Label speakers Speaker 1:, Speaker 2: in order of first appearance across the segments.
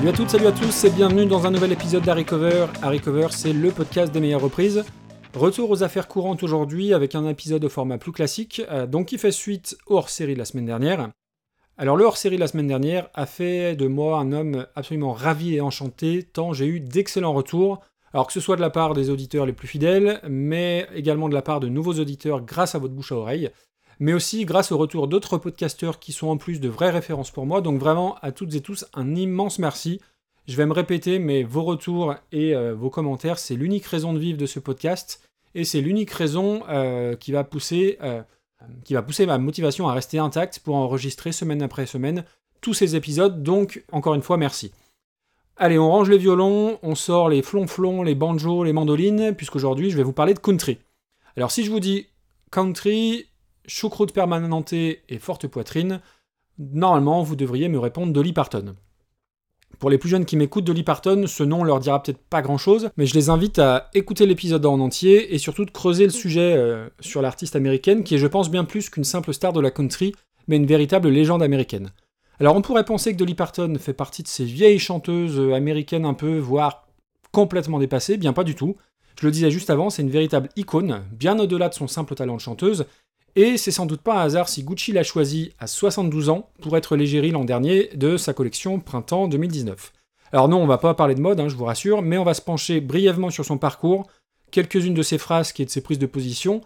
Speaker 1: Salut à toutes, salut à tous et bienvenue dans un nouvel épisode d'Harry Cover. Harry Cover, c'est le podcast des meilleures reprises. Retour aux affaires courantes aujourd'hui avec un épisode au format plus classique, donc qui fait suite au hors-série de la semaine dernière. Alors le hors-série de la semaine dernière a fait de moi un homme absolument ravi et enchanté, tant j'ai eu d'excellents retours, alors que ce soit de la part des auditeurs les plus fidèles, mais également de la part de nouveaux auditeurs grâce à votre bouche à oreille, mais aussi grâce au retour d'autres podcasteurs qui sont en plus de vraies références pour moi, donc vraiment à toutes et tous un immense merci. Je vais me répéter, mais vos retours et vos commentaires, c'est l'unique raison de vivre de ce podcast, et c'est l'unique raison qui va pousser ma motivation à rester intacte pour enregistrer semaine après semaine tous ces épisodes, donc encore une fois merci. Allez, on range les violons, on sort les flonflons, les banjos, les mandolines, puisqu'aujourd'hui je vais vous parler de country. Alors si je vous dis country, choucroute permanente et forte poitrine, normalement vous devriez me répondre Dolly Parton. Pour les plus jeunes qui m'écoutent, Dolly Parton, ce nom leur dira peut-être pas grand-chose, mais je les invite à écouter l'épisode en entier et surtout de creuser le sujet sur l'artiste américaine, qui est je pense bien plus qu'une simple star de la country, mais une véritable légende américaine. Alors on pourrait penser que Dolly Parton fait partie de ces vieilles chanteuses américaines un peu, voire complètement dépassées, bien pas du tout. Je le disais juste avant, c'est une véritable icône, bien au-delà de son simple talent de chanteuse, et c'est sans doute pas un hasard si Gucci l'a choisi à 72 ans pour être l'égérie l'an dernier de sa collection Printemps 2019. Alors non, on va pas parler de mode, je vous rassure, mais on va se pencher brièvement sur son parcours, quelques-unes de ses frasques et de ses prises de position,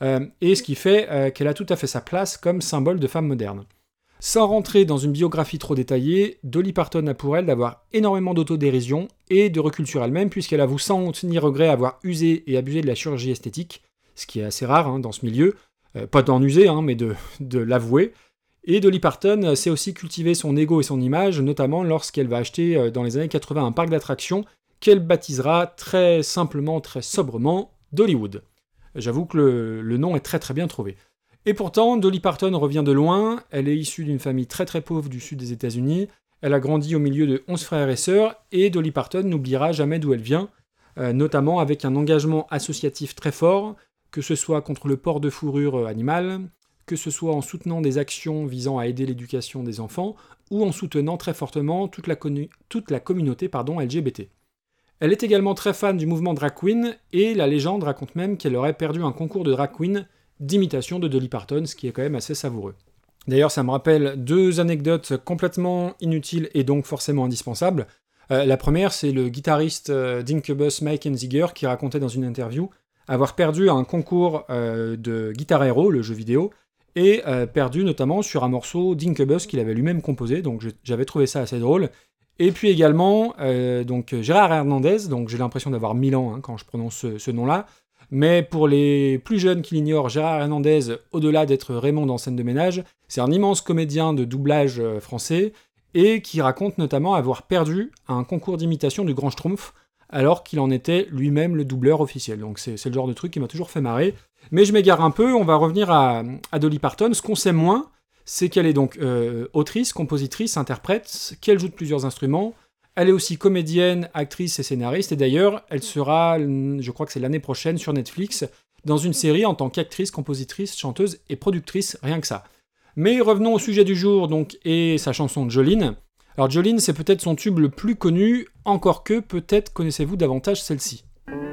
Speaker 1: et ce qui fait qu'elle a tout à fait sa place comme symbole de femme moderne. Sans rentrer dans une biographie trop détaillée, Dolly Parton a pour elle d'avoir énormément d'autodérision et de recul sur elle-même, puisqu'elle avoue sans honte ni regret avoir usé et abusé de la chirurgie esthétique, ce qui est assez rare dans ce milieu, pas d'en user, mais de l'avouer. Et Dolly Parton sait aussi cultiver son ego et son image, notamment lorsqu'elle va acheter dans les années 80 un parc d'attractions qu'elle baptisera très simplement, très sobrement Dollywood. J'avoue que le nom est très très bien trouvé. Et pourtant, Dolly Parton revient de loin, elle est issue d'une famille très très pauvre du sud des États-Unis, elle a grandi au milieu de 11 frères et sœurs, et Dolly Parton n'oubliera jamais d'où elle vient, notamment avec un engagement associatif très fort, que ce soit contre le port de fourrure animale, que ce soit en soutenant des actions visant à aider l'éducation des enfants, ou en soutenant très fortement toute la communauté LGBT. Elle est également très fan du mouvement drag queen, et la légende raconte même qu'elle aurait perdu un concours de drag queen d'imitation de Dolly Parton, ce qui est quand même assez savoureux. D'ailleurs, ça me rappelle deux anecdotes complètement inutiles et donc forcément indispensables. La première, c'est le guitariste d'Incubus Mike Enziger qui racontait dans une interview avoir perdu un concours de Guitar Hero, le jeu vidéo, et perdu notamment sur un morceau d'Incubus qu'il avait lui-même composé, donc j'avais trouvé ça assez drôle. Et puis également, Gérard Hernandez, donc j'ai l'impression d'avoir 1000 ans quand je prononce ce nom-là, mais pour les plus jeunes qui l'ignorent, Gérard Hernandez, au-delà d'être Raymond dans Scène de ménage, c'est un immense comédien de doublage français, et qui raconte notamment avoir perdu un concours d'imitation du Grand Schtroumpf, alors qu'il en était lui-même le doubleur officiel. Donc c'est le genre de truc qui m'a toujours fait marrer. Mais je m'égare un peu, on va revenir à Dolly Parton. Ce qu'on sait moins, c'est qu'elle est donc autrice, compositrice, interprète, qu'elle joue de plusieurs instruments. Elle est aussi comédienne, actrice et scénariste, et d'ailleurs, elle sera, je crois que c'est l'année prochaine, sur Netflix, dans une série en tant qu'actrice, compositrice, chanteuse et productrice, rien que ça. Mais revenons au sujet du jour, donc, et sa chanson Jolene. Alors Jolene, c'est peut-être son tube le plus connu, encore que peut-être connaissez-vous davantage celle-ci.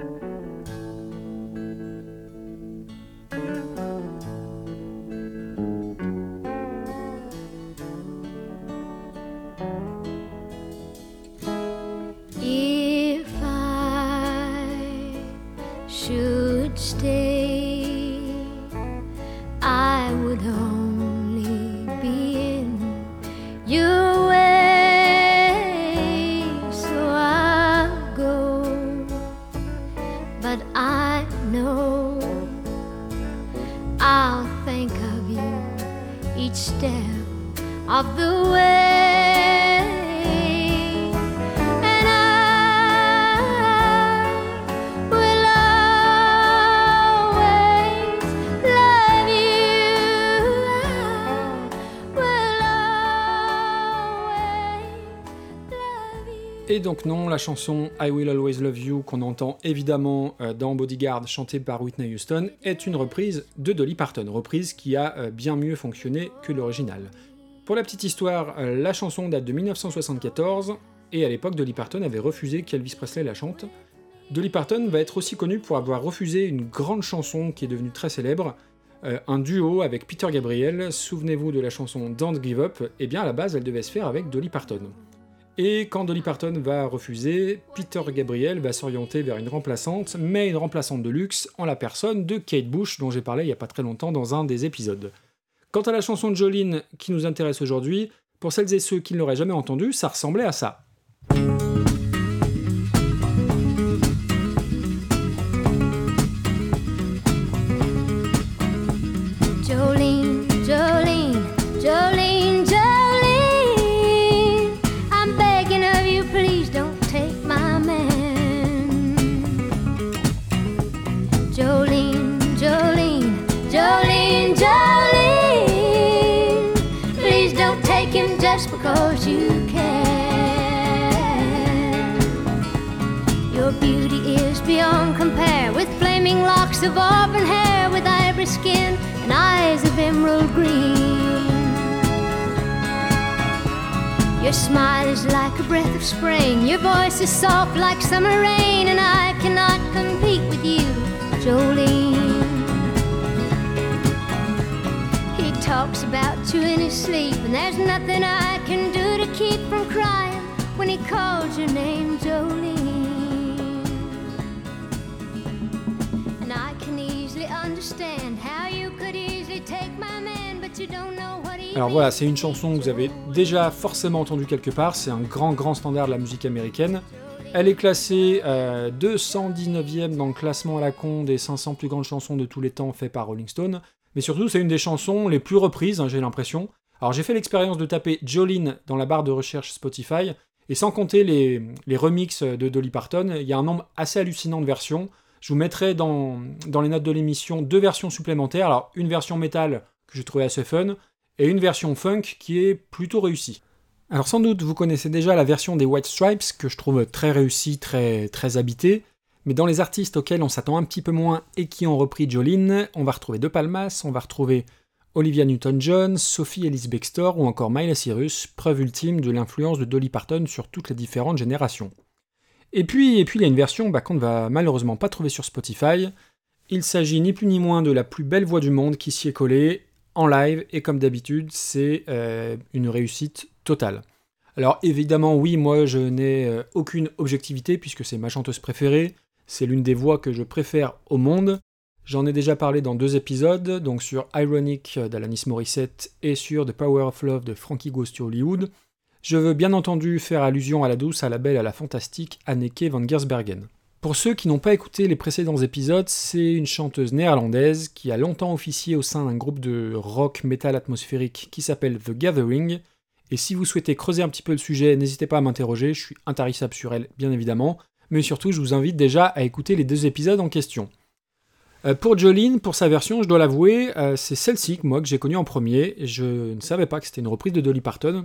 Speaker 2: If I should stay, I would only be in your way, so I'll go. But I know I'll think of you each step of the way.
Speaker 1: Et donc non, la chanson I Will Always Love You, qu'on entend évidemment dans Bodyguard, chantée par Whitney Houston, est une reprise de Dolly Parton, reprise qui a bien mieux fonctionné que l'original. Pour la petite histoire, la chanson date de 1974, et à l'époque Dolly Parton avait refusé qu'Elvis Presley la chante. Dolly Parton va être aussi connue pour avoir refusé une grande chanson qui est devenue très célèbre, un duo avec Peter Gabriel. Souvenez-vous de la chanson Don't Give Up, et bien à la base elle devait se faire avec Dolly Parton. Et quand Dolly Parton va refuser, Peter Gabriel va s'orienter vers une remplaçante, mais une remplaçante de luxe en la personne de Kate Bush, dont j'ai parlé il n'y a pas très longtemps dans un des épisodes. Quant à la chanson de Jolene qui nous intéresse aujourd'hui, pour celles et ceux qui ne l'auraient jamais entendue, ça ressemblait à ça.
Speaker 2: Jolene, Jolene, Jolene, Jolene, I'm begging of you, please don't take my man. Jolene, Jolene, Jolene, Jolene, please don't take him just because you can. Your beauty is beyond compare, with flaming locks of auburn hair, with ivory skin and eyes of emerald green. Your smile is like a breath of spring, your voice is soft like summer rain, and I cannot compete with you, Jolene. He talks about you in his sleep, and there's nothing I can do to keep from crying when he calls your name, Jolene. And I can easily understand how you could easily take my man, but you don't know what he.
Speaker 1: Alors voilà, c'est une chanson que vous avez déjà forcément entendue quelque part, c'est un grand standard de la musique américaine. Elle est classée 219e dans le classement à la con des 500 plus grandes chansons de tous les temps fait par Rolling Stone, mais surtout c'est une des chansons les plus reprises, j'ai l'impression. Alors j'ai fait l'expérience de taper Jolene dans la barre de recherche Spotify, et sans compter les remixes de Dolly Parton, il y a un nombre assez hallucinant de versions. Je vous mettrai dans les notes de l'émission 2 versions supplémentaires, alors une version métal que j'ai trouvé assez fun, et une version funk qui est plutôt réussie. Alors sans doute vous connaissez déjà la version des White Stripes, que je trouve très réussie, très habitée, mais dans les artistes auxquels on s'attend un petit peu moins et qui ont repris Jolene, on va retrouver De Palmas, on va retrouver Olivia Newton-John, Sophie Ellis Bextor ou encore Miley Cyrus, preuve ultime de l'influence de Dolly Parton sur toutes les différentes générations. Et puis il y a une version qu'on ne va malheureusement pas trouver sur Spotify. Il s'agit ni plus ni moins de la plus belle voix du monde qui s'y est collée en live, et comme d'habitude, c'est une réussite totale. Alors évidemment, oui, moi je n'ai aucune objectivité puisque c'est ma chanteuse préférée, c'est l'une des voix que je préfère au monde. J'en ai déjà parlé dans 2 épisodes, donc sur Ironic d'Alanis Morissette et sur The Power of Love de Frankie Goes to Hollywood. Je veux bien entendu faire allusion à la douce, à la belle, à la fantastique Anneke van Giersbergen. Pour ceux qui n'ont pas écouté les précédents épisodes, c'est une chanteuse néerlandaise qui a longtemps officié au sein d'un groupe de rock metal atmosphérique qui s'appelle The Gathering. Et si vous souhaitez creuser un petit peu le sujet, n'hésitez pas à m'interroger, je suis intarissable sur elle bien évidemment, mais surtout je vous invite déjà à écouter les 2 épisodes en question. Pour Jolene, pour sa version, je dois l'avouer, c'est celle-ci que j'ai connue en premier. Je ne savais pas que c'était une reprise de Dolly Parton,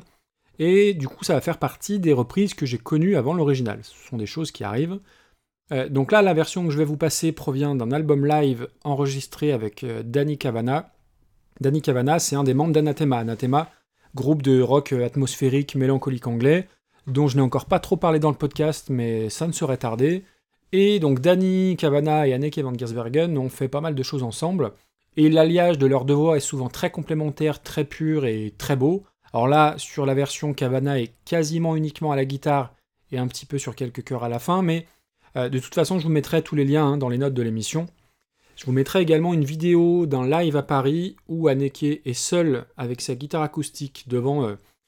Speaker 1: et du coup ça va faire partie des reprises que j'ai connues avant l'original. Ce sont des choses qui arrivent. Donc là, la version que je vais vous passer provient d'un album live enregistré avec Danny Cavanagh. Danny Cavanagh, c'est un des membres d'Anathema. Anathema, groupe de rock atmosphérique mélancolique anglais, dont je n'ai encore pas trop parlé dans le podcast, mais ça ne serait tardé. Et donc Danny Cavanagh et Anneke van Giersbergen ont fait pas mal de choses ensemble, et l'alliage de leurs 2 voix est souvent très complémentaire, très pur et très beau. Alors là, sur la version, Cavanagh est quasiment uniquement à la guitare, et un petit peu sur quelques chœurs à la fin, mais de toute façon, je vous mettrai tous les liens dans les notes de l'émission. Je vous mettrai également une vidéo d'un live à Paris où Anneke est seule avec sa guitare acoustique devant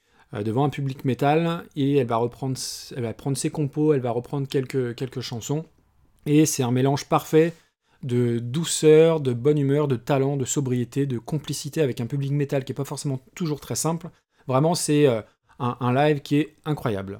Speaker 1: un public métal, et elle va prendre ses compos, elle va reprendre quelques chansons, et c'est un mélange parfait de douceur, de bonne humeur, de talent, de sobriété, de complicité avec un public métal qui n'est pas forcément toujours très simple. Vraiment, c'est un live qui est incroyable.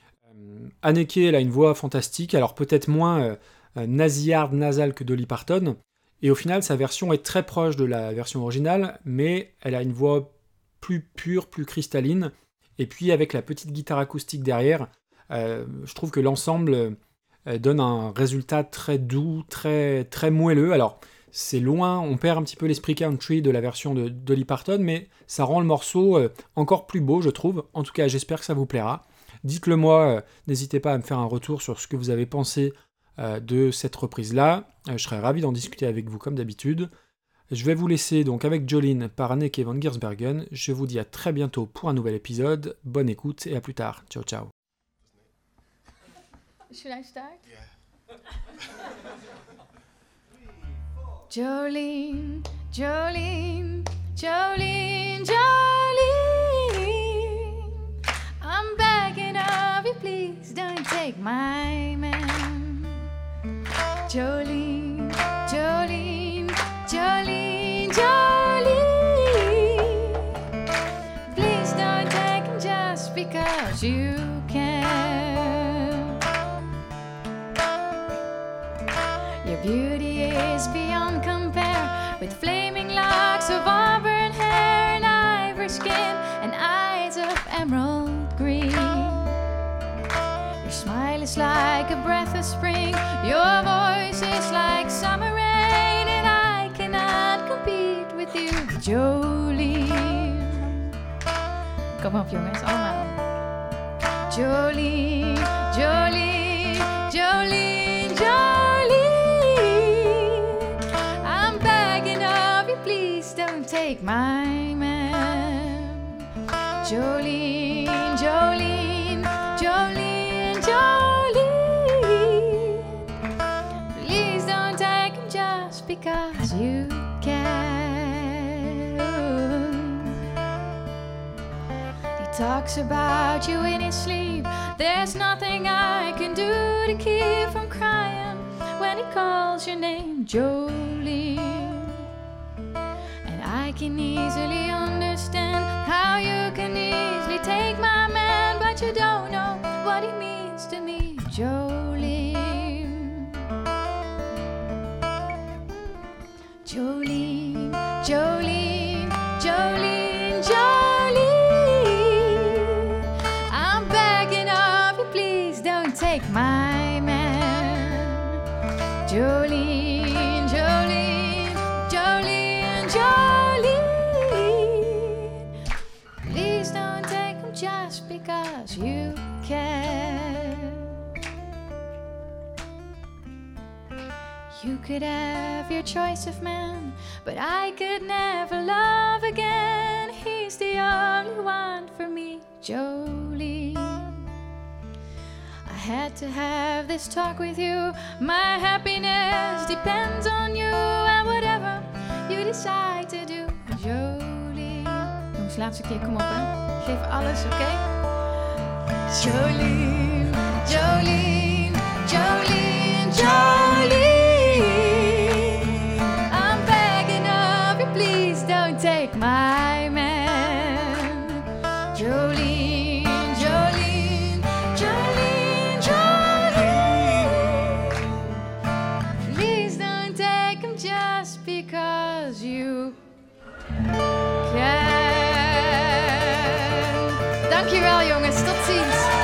Speaker 1: Anneke, elle a une voix fantastique, alors peut-être moins nasillarde, nasale que Dolly Parton, et au final, sa version est très proche de la version originale, mais elle a une voix plus pure, plus cristalline, et puis avec la petite guitare acoustique derrière, je trouve que l'ensemble donne un résultat très doux, très moelleux. Alors, c'est loin, on perd un petit peu l'esprit country de la version de Dolly Parton, mais ça rend le morceau encore plus beau, je trouve. En tout cas, j'espère que ça vous plaira. Dites-le moi, n'hésitez pas à me faire un retour sur ce que vous avez pensé de cette reprise-là. Je serais ravi d'en discuter avec vous comme d'habitude. Je vais vous laisser donc avec Jolene par Anneke van Giersbergen. Je vous dis à très bientôt pour un nouvel épisode. Bonne écoute et à plus tard. Ciao, ciao.
Speaker 3: Should I start? Jolene, Jolene, Jolene, Jolene, I'm begging of you, please don't take my man. Jolene, Jolene, Jolene, Jolene, please don't take him just because you can. Your beauty is beyond compare, with flaming locks of auburn hair and ivory skin and eyes of emerald green. Your smile is like a breath of spring, your voice is like summer rain, and I cannot compete with you, Jolene. Kom op jongens, allemaal. Jolene, Jolene, Jolene, Jolene, I'm begging of you, please don't take my man. Jolene, Jolene, Jolene, Jolene, please don't take him just because you can. He talks about you in his sleep. There's nothing I can do to keep from crying when he calls your name, Jolene. And I can easily understand how you can easily take my man, but you don't know what he means to me, Jolene. Jolene, Jolene, Jolene, Jolene, I'm begging of you, please don't take my man. Jolene, Jolene, Jolene, Jolene, please don't take him just because you can. You could have your choice of man, but I could never love again. He's the only one for me, Jolene. I had to have this talk with you. My happiness depends on you, and whatever you decide to do, Jolene. Jongens, laatste keer, kom op hè. Geef alles, oké? Jolene, Jolene, Jolene, Jolene, I'm begging of you, please don't take my man. Jolene, Jolene, Jolene, Jolene, please don't take him just because you can. Dankjewel jongens, tot ziens.